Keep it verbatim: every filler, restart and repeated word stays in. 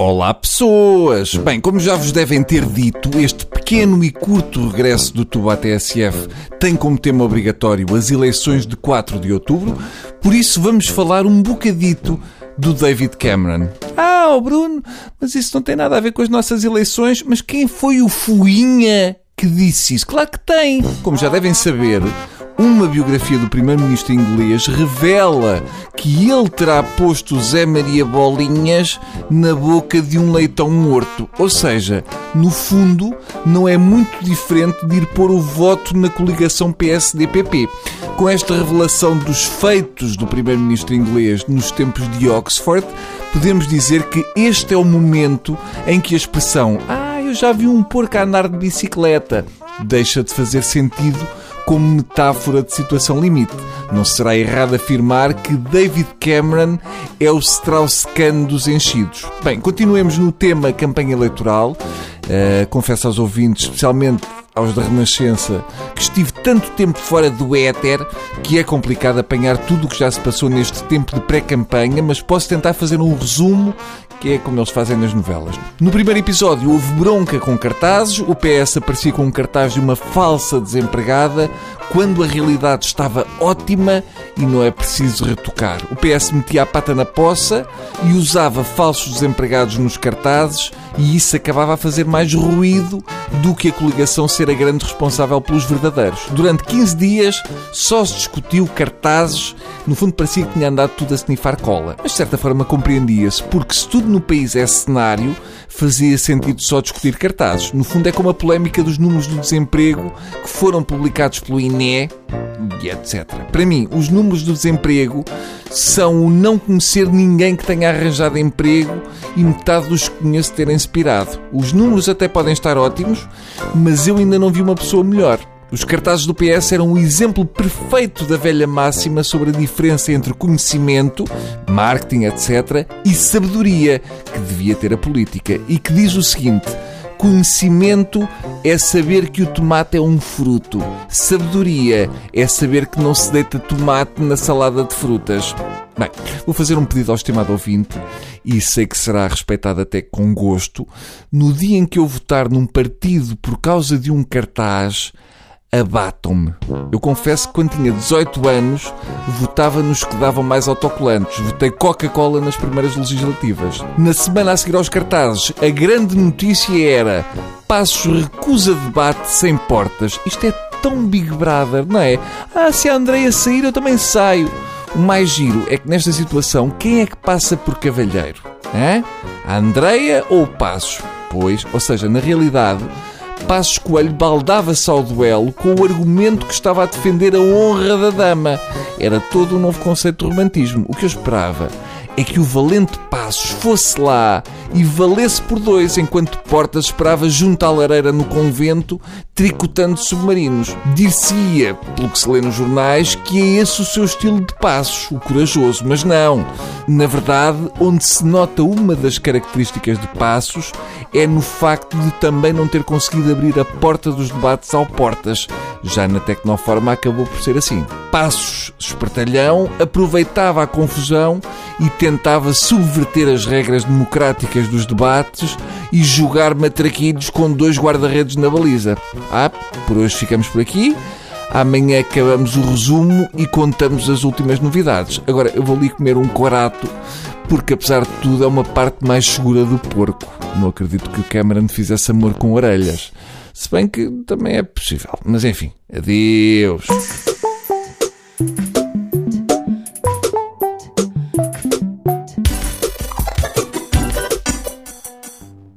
Olá pessoas! Bem, como já vos devem ter dito, este pequeno e curto regresso do Tubo à T S F tem como tema obrigatório as eleições de quatro de outubro, por isso vamos falar um bocadito do David Cameron. Ah, oh Bruno, mas isso não tem nada a ver com as nossas eleições, mas quem foi o fuinha que disse isso? Claro que tem! Como já devem saber, uma biografia do primeiro-ministro inglês revela que ele terá posto Zé Maria Bolinhas na boca de um leitão morto. Ou seja, no fundo, não é muito diferente de ir pôr o voto na coligação P S D P P. Com esta revelação dos feitos do primeiro-ministro inglês nos tempos de Oxford, podemos dizer que este é o momento em que a expressão "Ah, eu já vi um porco a andar de bicicleta" deixa de fazer sentido como metáfora de situação limite. Não será errado afirmar que David Cameron é o Strauss-Kahn dos enchidos. Bem, continuemos no tema campanha eleitoral. Uh, confesso aos ouvintes, especialmente aos da Renascença, que estive tanto tempo fora do éter que é complicado apanhar tudo o que já se passou neste tempo de pré-campanha, mas posso tentar fazer um resumo, que é como eles fazem nas novelas. No primeiro episódio houve bronca com cartazes, o P S aparecia com um cartaz de uma falsa desempregada, quando a realidade estava ótima e não é preciso retocar. O P S metia a pata na poça e usava falsos desempregados nos cartazes, e isso acabava a fazer mais ruído do que a coligação ser a grande responsável pelos verdadeiros. Durante quinze dias só se discutiu cartazes, no fundo parecia que tinha andado tudo a snifar cola. Mas de certa forma compreendia-se, porque se tudo no país é cenário, fazia sentido só discutir cartazes. No fundo é como a polémica dos números do desemprego que foram publicados pelo I N E e etcétera. Para mim, os números do desemprego são o não conhecer ninguém que tenha arranjado emprego e metade dos que conheço terem expirado. Os números até podem estar ótimos, mas eu ainda não vi uma pessoa melhor. Os cartazes do P S eram um exemplo perfeito da velha máxima sobre a diferença entre conhecimento, marketing, etcétera, e sabedoria, que devia ter a política, e que diz o seguinte: conhecimento é saber que o tomate é um fruto. Sabedoria é saber que não se deita tomate na salada de frutas. Bem, vou fazer um pedido ao estimado ouvinte, e sei que será respeitado até com gosto. No dia em que eu votar num partido por causa de um cartaz, abatam-me. Eu confesso que quando tinha dezoito anos votava nos que davam mais autocolantes. Votei Coca-Cola nas primeiras legislativas. Na semana a seguir aos cartazes, a grande notícia era: Passos recusa debate sem portas. Isto é tão Big Brother, não é? Ah, se a Andreia sair eu também saio. O mais giro é que nesta situação, quem é que passa por cavalheiro? Hã? A Andreia ou o Passos? Pois, ou seja, na realidade, Passos Coelho baldava-se ao duelo com o argumento que estava a defender a honra da dama. Era todo um novo conceito de romantismo. O que eu esperava é que o valente Passos fosse lá e valesse por dois, enquanto Portas esperava junto à lareira no convento, tricotando submarinos. Dir-se-ia, pelo que se lê nos jornais, que é esse o seu estilo de Passos, o corajoso. Mas não. Na verdade, onde se nota uma das características de Passos é no facto de também não ter conseguido abrir a porta dos debates ao Portas. Já na Tecnoforma acabou por ser assim. Passos, espertalhão, aproveitava a confusão e tentava subverter as regras democráticas dos debates e jogar matraquilhos com dois guarda-redes na baliza. Ah, por hoje ficamos por aqui. Amanhã acabamos o resumo e contamos as últimas novidades. Agora eu vou ali comer um corato, porque apesar de tudo é uma parte mais segura do porco. Não acredito que o Cameron fizesse amor com orelhas. Se bem que também é possível. Mas enfim, adeus.